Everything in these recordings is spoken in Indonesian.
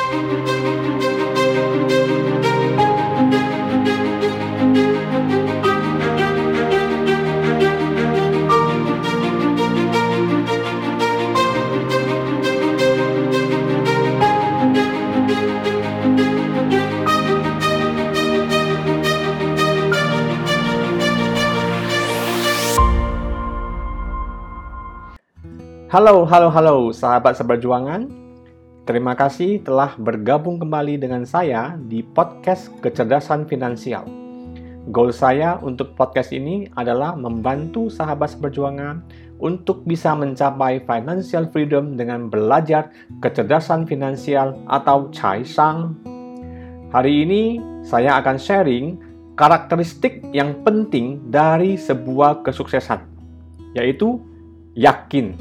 Halo, sahabat seperjuangan. Terima kasih telah bergabung kembali dengan saya di podcast Kecerdasan Finansial. Goal saya untuk podcast ini adalah membantu sahabat seperjuangan untuk bisa mencapai financial freedom dengan belajar kecerdasan finansial atau cai shang. Hari ini saya akan sharing karakteristik yang penting dari sebuah kesuksesan, yaitu yakin.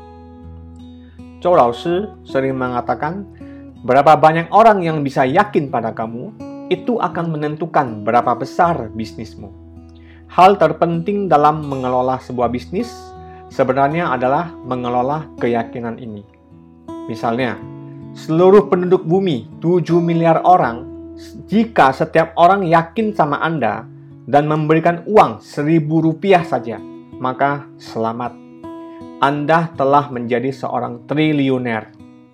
Zhou Laoshi sering mengatakan, berapa banyak orang yang bisa yakin pada kamu, itu akan menentukan berapa besar bisnismu. Hal terpenting dalam mengelola sebuah bisnis sebenarnya adalah mengelola keyakinan ini. Misalnya, seluruh penduduk bumi, 7 miliar orang, jika setiap orang yakin sama Anda dan memberikan uang Rp1.000 saja, maka selamat. Anda telah menjadi seorang triliuner.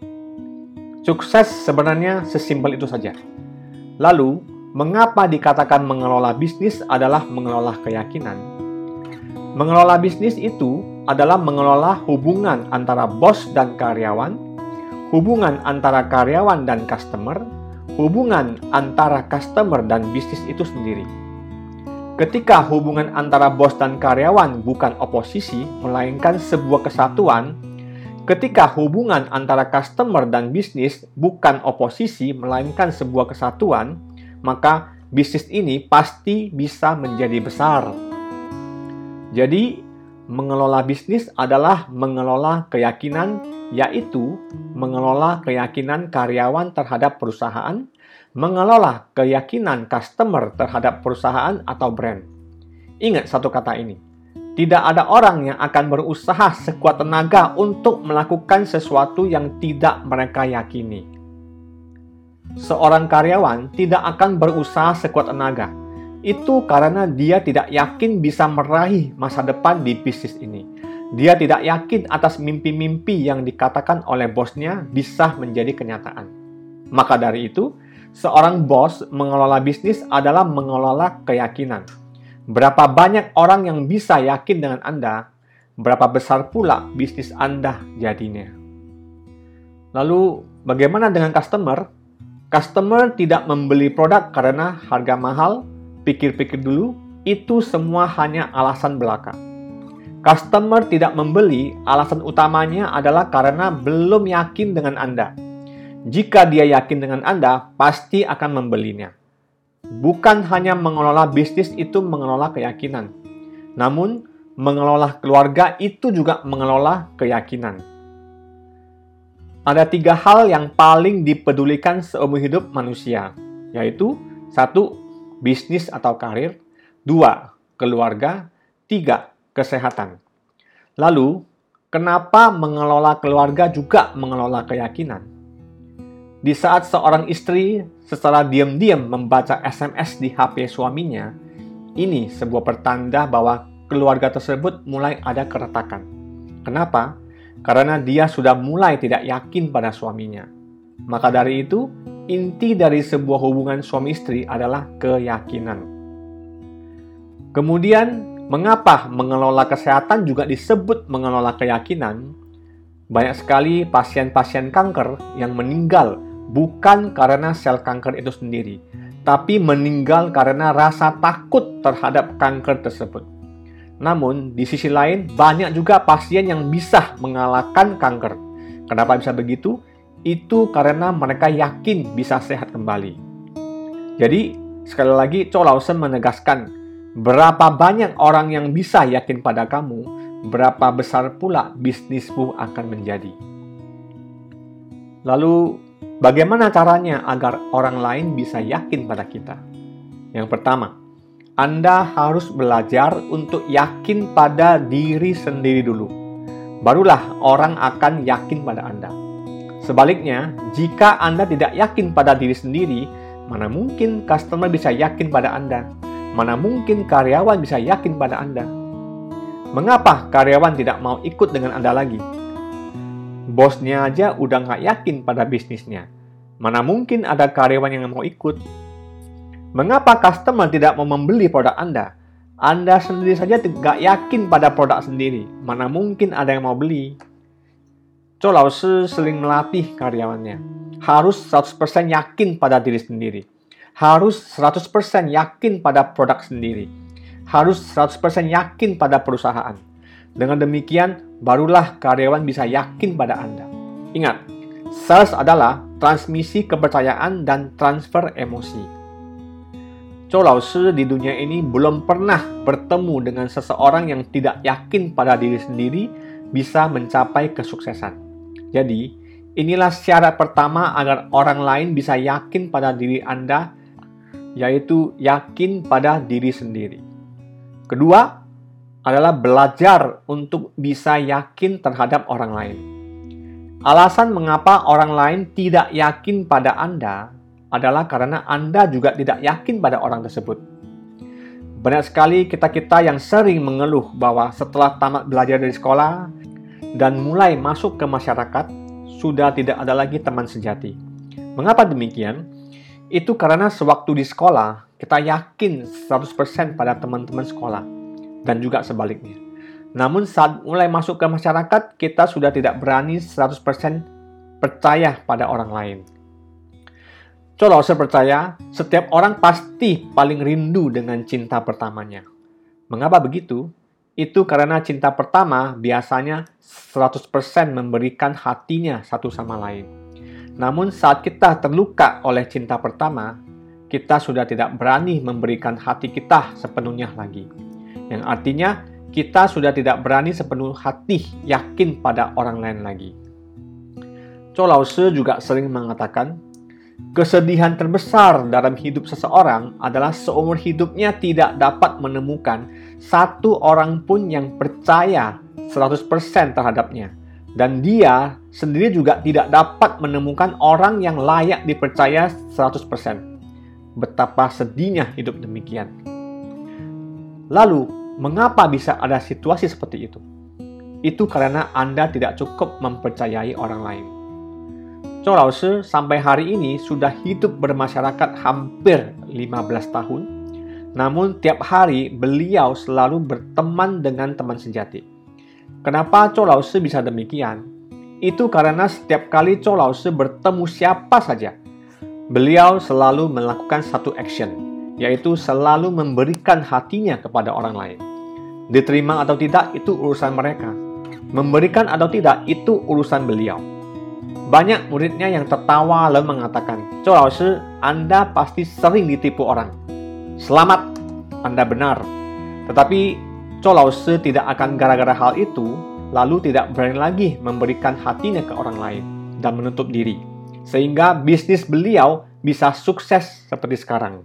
Sukses sebenarnya sesimpel itu saja. Lalu, mengapa dikatakan mengelola bisnis adalah mengelola keyakinan? Mengelola bisnis itu adalah mengelola hubungan antara bos dan karyawan, hubungan antara karyawan dan customer, hubungan antara customer dan bisnis itu sendiri. Ketika hubungan antara bos dan karyawan bukan oposisi, melainkan sebuah kesatuan, ketika hubungan antara customer dan bisnis bukan oposisi, melainkan sebuah kesatuan, maka bisnis ini pasti bisa menjadi besar. Jadi, mengelola bisnis adalah mengelola keyakinan, yaitu mengelola keyakinan karyawan terhadap perusahaan, mengelola keyakinan customer terhadap perusahaan atau brand. Ingat satu kata ini, tidak ada orang yang akan berusaha sekuat tenaga untuk melakukan sesuatu yang tidak mereka yakini. Seorang karyawan tidak akan berusaha sekuat tenaga. Itu karena dia tidak yakin bisa meraih masa depan di bisnis ini. Dia tidak yakin atas mimpi-mimpi yang dikatakan oleh bosnya bisa menjadi kenyataan. Maka dari itu, seorang bos mengelola bisnis adalah mengelola keyakinan. Berapa banyak orang yang bisa yakin dengan Anda, berapa besar pula bisnis Anda jadinya. Lalu, bagaimana dengan customer? Customer tidak membeli produk karena harga mahal, pikir-pikir dulu, itu semua hanya alasan belaka. Customer tidak membeli, alasan utamanya adalah karena belum yakin dengan Anda. Jika dia yakin dengan Anda, pasti akan membelinya. Bukan hanya mengelola bisnis itu mengelola keyakinan. Namun, mengelola keluarga itu juga mengelola keyakinan. Ada 3 hal yang paling dipedulikan seumur hidup manusia, yaitu 1. Bisnis atau karir, 2. Keluarga, 3. Kesehatan. Lalu, kenapa mengelola keluarga juga mengelola keyakinan? Di saat seorang istri secara diam-diam membaca SMS di HP suaminya, ini sebuah pertanda bahwa keluarga tersebut mulai ada keretakan. Kenapa? Karena dia sudah mulai tidak yakin pada suaminya. Maka dari itu, inti dari sebuah hubungan suami istri adalah keyakinan. Kemudian, mengapa mengelola kesehatan juga disebut mengelola keyakinan? Banyak sekali pasien-pasien kanker yang meninggal bukan karena sel kanker itu sendiri, tapi meninggal karena rasa takut terhadap kanker tersebut. Namun, di sisi lain, banyak juga pasien yang bisa mengalahkan kanker. Kenapa bisa begitu? Itu karena mereka yakin bisa sehat kembali. Jadi, sekali lagi, Zhou Laoshi menegaskan, berapa banyak orang yang bisa yakin pada kamu, berapa besar pula bisnismu akan menjadi. Lalu, bagaimana caranya agar orang lain bisa yakin pada kita? Yang pertama, Anda harus belajar untuk yakin pada diri sendiri dulu. Barulah orang akan yakin pada Anda. Sebaliknya, jika Anda tidak yakin pada diri sendiri, mana mungkin customer bisa yakin pada Anda? Mana mungkin karyawan bisa yakin pada Anda? Mengapa karyawan tidak mau ikut dengan Anda lagi? Bosnya aja udah nggak yakin pada bisnisnya. Mana mungkin ada karyawan yang mau ikut? Mengapa customer tidak mau membeli produk Anda? Anda sendiri saja tidak yakin pada produk sendiri. Mana mungkin ada yang mau beli? Zhou Laoshi sering melatih karyawannya. Harus 100% yakin pada diri sendiri. Harus 100% yakin pada produk sendiri. Harus 100% yakin pada perusahaan. Dengan demikian, barulah karyawan bisa yakin pada Anda. Ingat, sales adalah transmisi kepercayaan dan transfer emosi. Zhou Laoshi di dunia ini belum pernah bertemu dengan seseorang yang tidak yakin pada diri sendiri bisa mencapai kesuksesan. Jadi, inilah syarat pertama agar orang lain bisa yakin pada diri Anda, yaitu yakin pada diri sendiri. Kedua, adalah belajar untuk bisa yakin terhadap orang lain. Alasan mengapa orang lain tidak yakin pada Anda adalah karena Anda juga tidak yakin pada orang tersebut. Banyak sekali kita-kita yang sering mengeluh bahwa setelah tamat belajar dari sekolah dan mulai masuk ke masyarakat, sudah tidak ada lagi teman sejati. Mengapa demikian? Itu karena sewaktu di sekolah, kita yakin 100% pada teman-teman sekolah, dan juga sebaliknya. Namun saat mulai masuk ke masyarakat, kita sudah tidak berani 100% percaya pada orang lain. Zhou Laoshi percaya, setiap orang pasti paling rindu dengan cinta pertamanya. Mengapa begitu? Itu karena cinta pertama biasanya 100% memberikan hatinya satu sama lain. Namun saat kita terluka oleh cinta pertama, kita sudah tidak berani memberikan hati kita sepenuhnya lagi. Yang artinya, kita sudah tidak berani sepenuh hati yakin pada orang lain lagi. Zhou Laoshi juga sering mengatakan, kesedihan terbesar dalam hidup seseorang adalah seumur hidupnya tidak dapat menemukan satu orang pun yang percaya 100% terhadapnya. Dan dia sendiri juga tidak dapat menemukan orang yang layak dipercaya 100%. Betapa sedihnya hidup demikian. Lalu, mengapa bisa ada situasi seperti itu? Itu karena Anda tidak cukup mempercayai orang lain. Zhou Laoshi sampai hari ini sudah hidup bermasyarakat hampir 15 tahun. Namun tiap hari beliau selalu berteman dengan teman sejati. Kenapa Zhou Laoshi bisa demikian? Itu karena setiap kali Zhou Laoshi bertemu siapa saja, beliau selalu melakukan satu action, yaitu selalu memberikan hatinya kepada orang lain. Diterima atau tidak, itu urusan mereka. Memberikan atau tidak, itu urusan beliau. Banyak muridnya yang tertawa lalu mengatakan, Zhou Laoshi, Anda pasti sering ditipu orang. Selamat, Anda benar. Tetapi Zhou Laoshi tidak akan gara-gara hal itu, lalu tidak berani lagi memberikan hatinya ke orang lain dan menutup diri. Sehingga bisnis beliau bisa sukses seperti sekarang.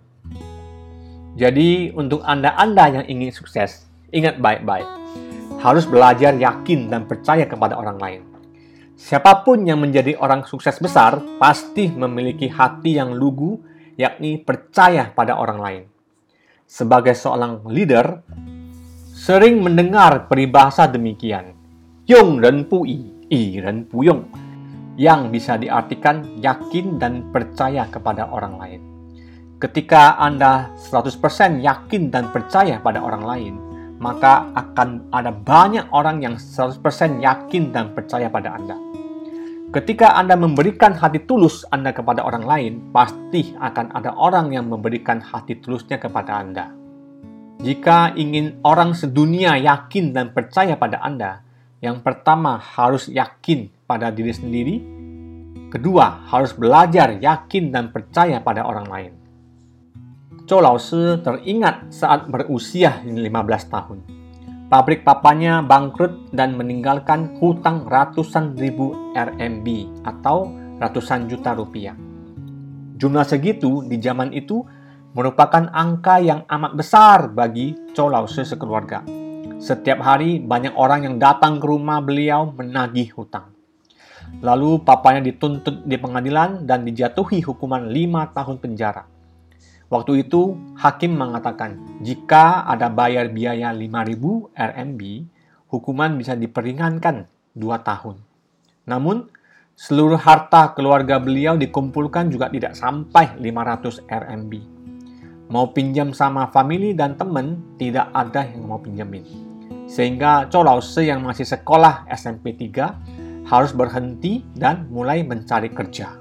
Jadi untuk Anda-Anda yang ingin sukses, ingat baik-baik. Harus belajar yakin dan percaya kepada orang lain. Siapapun yang menjadi orang sukses besar pasti memiliki hati yang lugu, yakni percaya pada orang lain. Sebagai seorang leader, sering mendengar peribahasa demikian, Yong ren pu yi, yi ren pu yong, yang bisa diartikan yakin dan percaya kepada orang lain. Ketika Anda 100% yakin dan percaya pada orang lain, maka akan ada banyak orang yang 100% yakin dan percaya pada Anda. Ketika Anda memberikan hati tulus Anda kepada orang lain, pasti akan ada orang yang memberikan hati tulusnya kepada Anda. Jika ingin orang sedunia yakin dan percaya pada Anda, yang pertama harus yakin pada diri sendiri, kedua harus belajar yakin dan percaya pada orang lain. Zhou Laoshi teringat saat berusia 15 tahun. Pabrik papanya bangkrut dan meninggalkan hutang ratusan ribu RMB atau ratusan juta rupiah. Jumlah segitu di zaman itu merupakan angka yang amat besar bagi Zhou Laoshi sekeluarga. Setiap hari banyak orang yang datang ke rumah beliau menagih hutang. Lalu papanya dituntut di pengadilan dan dijatuhi hukuman 5 tahun penjara. Waktu itu, hakim mengatakan, jika ada bayar biaya 5.000 RMB, hukuman bisa diperingankan 2 tahun. Namun, seluruh harta keluarga beliau dikumpulkan juga tidak sampai 500 RMB. Mau pinjam sama famili dan teman, tidak ada yang mau pinjamin. Sehingga Zhou Laoshi yang masih sekolah SMP 3 harus berhenti dan mulai mencari kerja.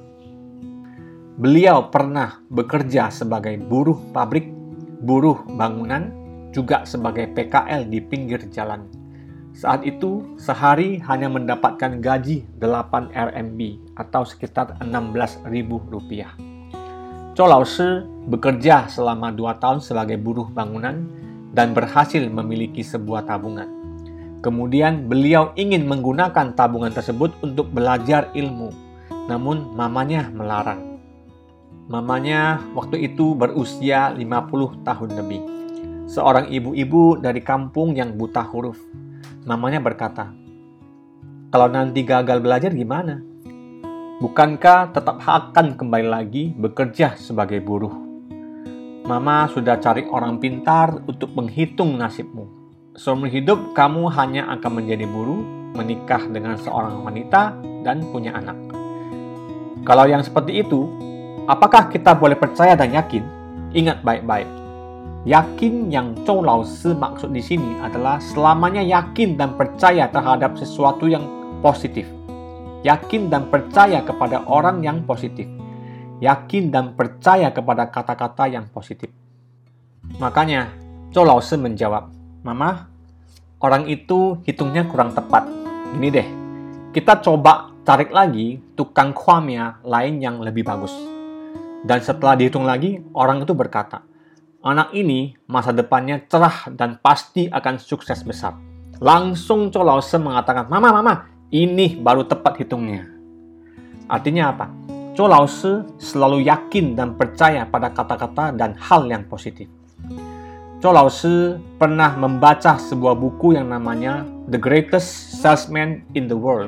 Beliau pernah bekerja sebagai buruh pabrik, buruh bangunan, juga sebagai PKL di pinggir jalan. Saat itu, sehari hanya mendapatkan gaji 8 RMB atau sekitar Rp16.000. Zhou Laoshi bekerja selama 2 tahun sebagai buruh bangunan dan berhasil memiliki sebuah tabungan. Kemudian beliau ingin menggunakan tabungan tersebut untuk belajar ilmu, namun mamanya melarang. Mamanya waktu itu berusia 50 tahun lebih. Seorang ibu-ibu dari kampung yang buta huruf. Mamanya berkata, "Kalau nanti gagal belajar gimana? Bukankah tetap akan kembali lagi bekerja sebagai buruh? Mama sudah cari orang pintar untuk menghitung nasibmu. Seumur hidup kamu hanya akan menjadi buruh, menikah dengan seorang wanita, dan punya anak." Kalau yang seperti itu, apakah kita boleh percaya dan yakin? Ingat baik-baik. Yakin yang Zhou Laoshi maksud di sini adalah selamanya yakin dan percaya terhadap sesuatu yang positif. Yakin dan percaya kepada orang yang positif. Yakin dan percaya kepada kata-kata yang positif. Makanya, Zhou Laoshi menjawab, "Mama, orang itu hitungnya kurang tepat. Gini deh, kita coba tarik lagi tukang kuamia lain yang lebih bagus." Dan setelah dihitung lagi, orang itu berkata, "Anak ini masa depannya cerah dan pasti akan sukses besar." Langsung Zhou Laoshi mengatakan, Mama, ini baru tepat hitungnya." Artinya apa? Zhou Laoshi selalu yakin dan percaya pada kata-kata dan hal yang positif. Zhou Laoshi pernah membaca sebuah buku yang namanya The Greatest Salesman in the World.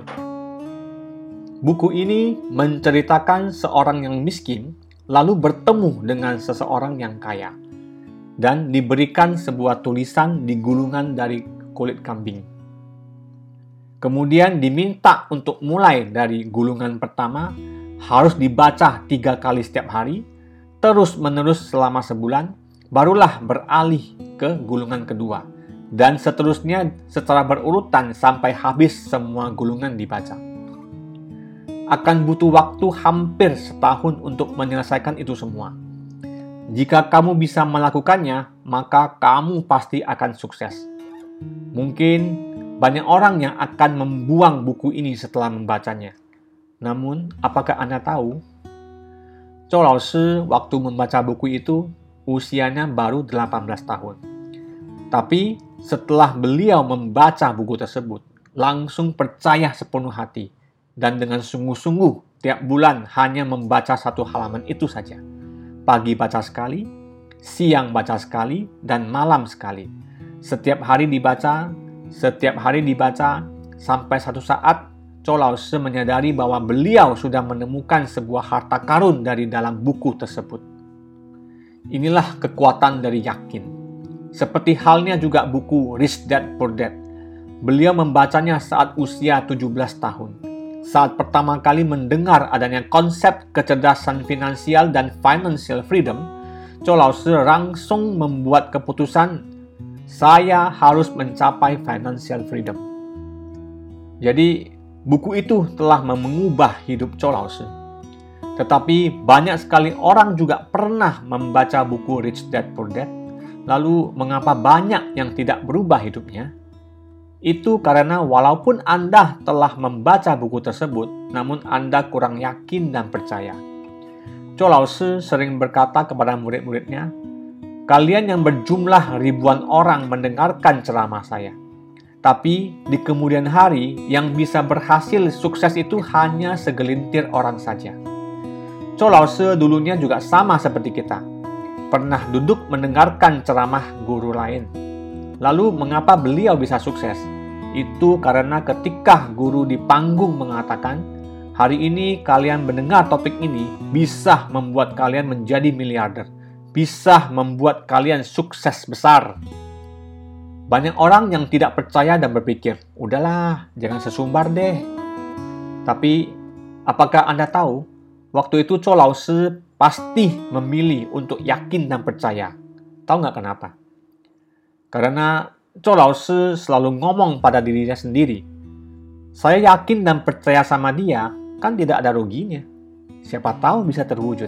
Buku ini menceritakan seorang yang miskin lalu bertemu dengan seseorang yang kaya dan diberikan sebuah tulisan di gulungan dari kulit kambing. Kemudian diminta untuk mulai dari gulungan pertama, harus dibaca 3 kali setiap hari, terus-menerus selama sebulan, barulah beralih ke gulungan kedua, dan seterusnya secara berurutan sampai habis semua gulungan dibaca. Akan butuh waktu hampir setahun untuk menyelesaikan itu semua. Jika kamu bisa melakukannya, maka kamu pasti akan sukses. Mungkin banyak orang yang akan membuang buku ini setelah membacanya. Namun, apakah Anda tahu? Zhou Laoshi waktu membaca buku itu, usianya baru 18 tahun. Tapi, setelah beliau membaca buku tersebut, langsung percaya sepenuh hati. Dan dengan sungguh-sungguh tiap bulan hanya membaca 1 halaman itu saja. Pagi baca sekali, siang baca sekali, dan malam sekali. Setiap hari dibaca, sampai satu saat Zhou Laoshi menyadari bahwa beliau sudah menemukan sebuah harta karun dari dalam buku tersebut. Inilah kekuatan dari yakin. Seperti halnya juga buku Rich Dad Poor Dad. Beliau membacanya saat usia 17 tahun. Saat pertama kali mendengar adanya konsep kecerdasan finansial dan financial freedom, Zhou Laoshi langsung membuat keputusan, saya harus mencapai financial freedom. Jadi, buku itu telah mengubah hidup Zhou Laoshi. Tetapi banyak sekali orang juga pernah membaca buku Rich Dad Poor Dad. Lalu, mengapa banyak yang tidak berubah hidupnya? Itu karena walaupun Anda telah membaca buku tersebut, namun Anda kurang yakin dan percaya. Zhou Laoshi sering berkata kepada murid-muridnya, "Kalian yang berjumlah ribuan orang mendengarkan ceramah saya. Tapi di kemudian hari, yang bisa berhasil sukses itu hanya segelintir orang saja." Zhou Laoshi dulunya juga sama seperti kita. Pernah duduk mendengarkan ceramah guru lain. Lalu mengapa beliau bisa sukses? Itu karena ketika guru di panggung mengatakan, hari ini kalian mendengar topik ini bisa membuat kalian menjadi miliarder, bisa membuat kalian sukses besar. Banyak orang yang tidak percaya dan berpikir, udahlah, jangan sesumbar deh. Tapi, apakah Anda tahu, waktu itu Chou Lao Shi pasti memilih untuk yakin dan percaya. Tahu nggak kenapa? Karena Chou Lao Shi selalu ngomong pada dirinya sendiri, saya yakin dan percaya sama dia, kan tidak ada ruginya. Siapa tahu bisa terwujud.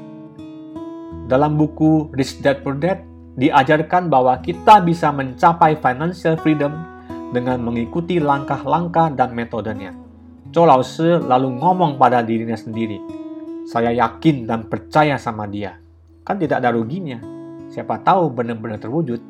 Dalam buku Rich Dad Poor Dad, diajarkan bahwa kita bisa mencapai financial freedom dengan mengikuti langkah-langkah dan metodenya. Chou Lao Shi lalu ngomong pada dirinya sendiri, saya yakin dan percaya sama dia. Kan tidak ada ruginya. Siapa tahu benar-benar terwujud.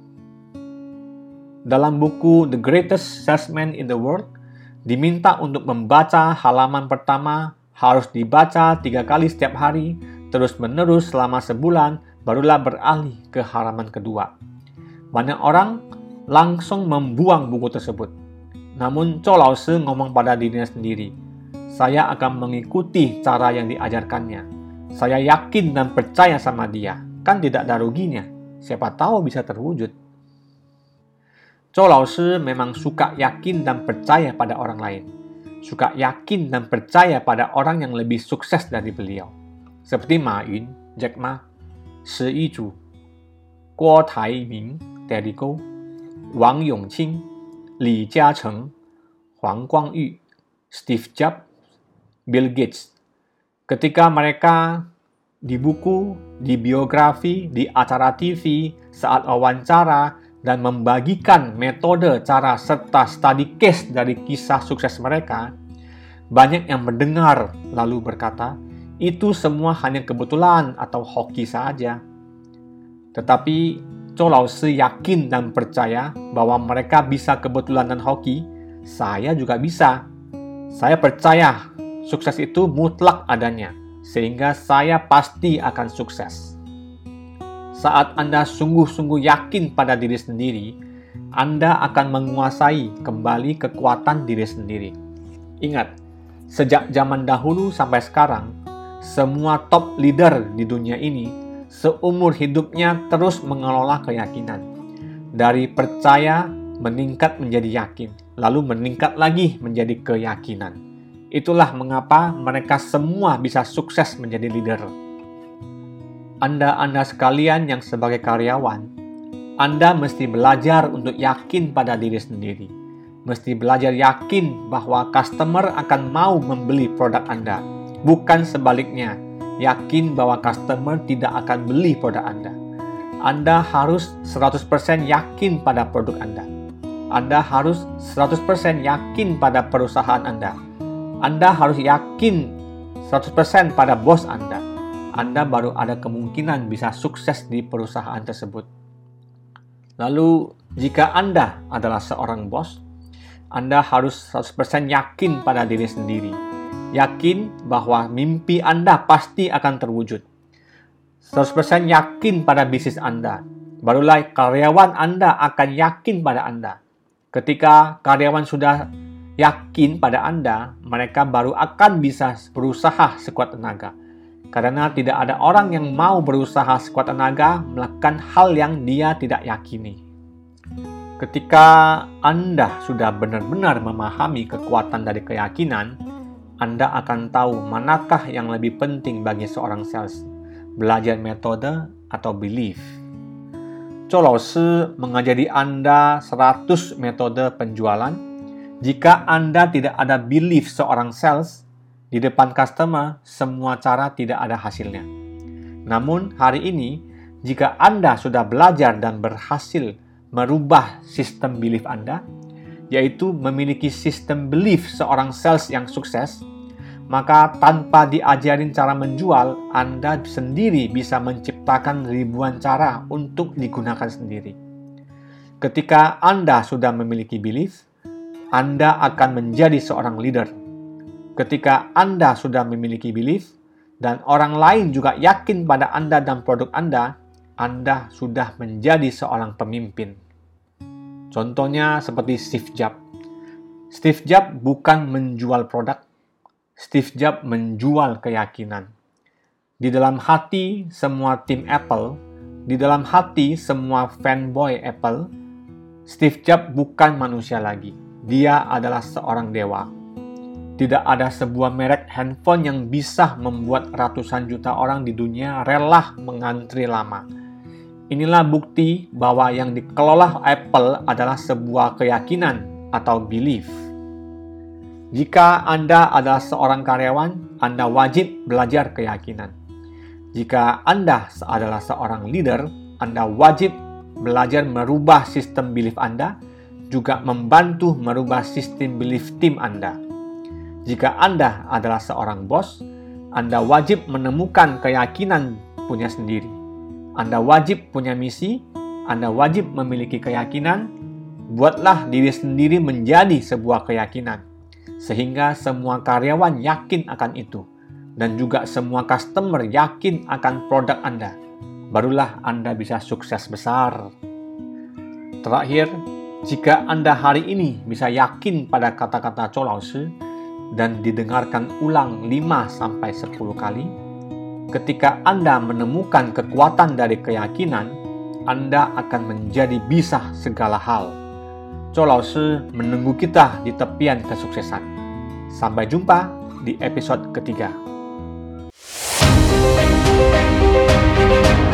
Dalam buku The Greatest Salesman in the World, diminta untuk membaca halaman pertama harus dibaca 3 kali setiap hari, terus-menerus selama sebulan, barulah beralih ke halaman kedua. Banyak orang langsung membuang buku tersebut. Namun Chou Lao Shi ngomong pada dirinya sendiri, saya akan mengikuti cara yang diajarkannya. Saya yakin dan percaya sama dia. Kan tidak ada ruginya. Siapa tahu bisa terwujud. Chou Lao Shi memang suka yakin dan percaya pada orang lain. Suka yakin dan percaya pada orang yang lebih sukses dari beliau. Seperti Ma Yun, Jack Ma, Shi Yizhu, Guo Taiming, Terry Gou, Wang Yongqing, Li Jiacheng, Huang Guangyu, Steve Jobs, Bill Gates. Ketika mereka di buku, di biografi, di acara TV, saat wawancara, dan membagikan metode, cara, serta study case dari kisah sukses mereka, banyak yang mendengar lalu berkata, itu semua hanya kebetulan atau hoki saja. Tetapi Chou Lao Shi yakin dan percaya bahwa mereka bisa kebetulan dan hoki, saya juga bisa. Saya percaya sukses itu mutlak adanya, sehingga saya pasti akan sukses. Saat Anda sungguh-sungguh yakin pada diri sendiri, Anda akan menguasai kembali kekuatan diri sendiri. Ingat, sejak zaman dahulu sampai sekarang, semua top leader di dunia ini seumur hidupnya terus mengelola keyakinan. Dari percaya meningkat menjadi yakin, lalu meningkat lagi menjadi keyakinan. Itulah mengapa mereka semua bisa sukses menjadi leader. Anda sekalian yang sebagai karyawan, Anda mesti belajar untuk yakin pada diri sendiri. Mesti belajar yakin bahwa customer akan mau membeli produk Anda. Bukan sebaliknya, yakin bahwa customer tidak akan beli produk Anda. Anda harus 100% yakin pada produk Anda. Anda harus 100% yakin pada perusahaan Anda. Anda harus yakin 100% pada bos Anda. Anda baru ada kemungkinan bisa sukses di perusahaan tersebut. Lalu, jika Anda adalah seorang bos, Anda harus 100% yakin pada diri sendiri. Yakin bahwa mimpi Anda pasti akan terwujud. 100% yakin pada bisnis Anda. Barulah karyawan Anda akan yakin pada Anda. Ketika karyawan sudah yakin pada Anda, mereka baru akan bisa berusaha sekuat tenaga. Karena tidak ada orang yang mau berusaha sekuat tenaga melakukan hal yang dia tidak yakini. Ketika Anda sudah benar-benar memahami kekuatan dari keyakinan, Anda akan tahu manakah yang lebih penting bagi seorang sales, belajar metode atau belief. Chou Lao Shi mengajari Anda 100 metode penjualan. Jika Anda tidak ada belief seorang sales, di depan customer, semua cara tidak ada hasilnya. Namun, hari ini, jika Anda sudah belajar dan berhasil merubah sistem belief Anda, yaitu memiliki sistem belief seorang sales yang sukses, maka tanpa diajarin cara menjual, Anda sendiri bisa menciptakan ribuan cara untuk digunakan sendiri. Ketika Anda sudah memiliki belief, Anda akan menjadi seorang leader. Ketika Anda sudah memiliki belief, dan orang lain juga yakin pada Anda dan produk Anda sudah menjadi seorang pemimpin. Contohnya seperti Steve Jobs. Steve Jobs bukan menjual produk. Steve Jobs menjual keyakinan. Di dalam hati semua tim Apple, di dalam hati semua fanboy Apple, Steve Jobs bukan manusia lagi. Dia adalah seorang dewa. Tidak ada sebuah merek handphone yang bisa membuat ratusan juta orang di dunia rela mengantri lama. Inilah bukti bahwa yang dikelola Apple adalah sebuah keyakinan atau belief. Jika Anda adalah seorang karyawan, Anda wajib belajar keyakinan. Jika Anda adalah seorang leader, Anda wajib belajar merubah sistem belief Anda, juga membantu merubah sistem belief tim Anda. Jika Anda adalah seorang bos, Anda wajib menemukan keyakinan punya sendiri. Anda wajib punya misi, Anda wajib memiliki keyakinan. Buatlah diri sendiri menjadi sebuah keyakinan, sehingga semua karyawan yakin akan itu, dan juga semua customer yakin akan produk Anda. Barulah Anda bisa sukses besar. Terakhir, jika Anda hari ini bisa yakin pada kata-kata Zhou Laoshi dan didengarkan ulang 5-10 kali, ketika Anda menemukan kekuatan dari keyakinan, Anda akan menjadi bisa segala hal. Zhou Laoshi menunggu kita di tepian kesuksesan. Sampai jumpa di episode ketiga.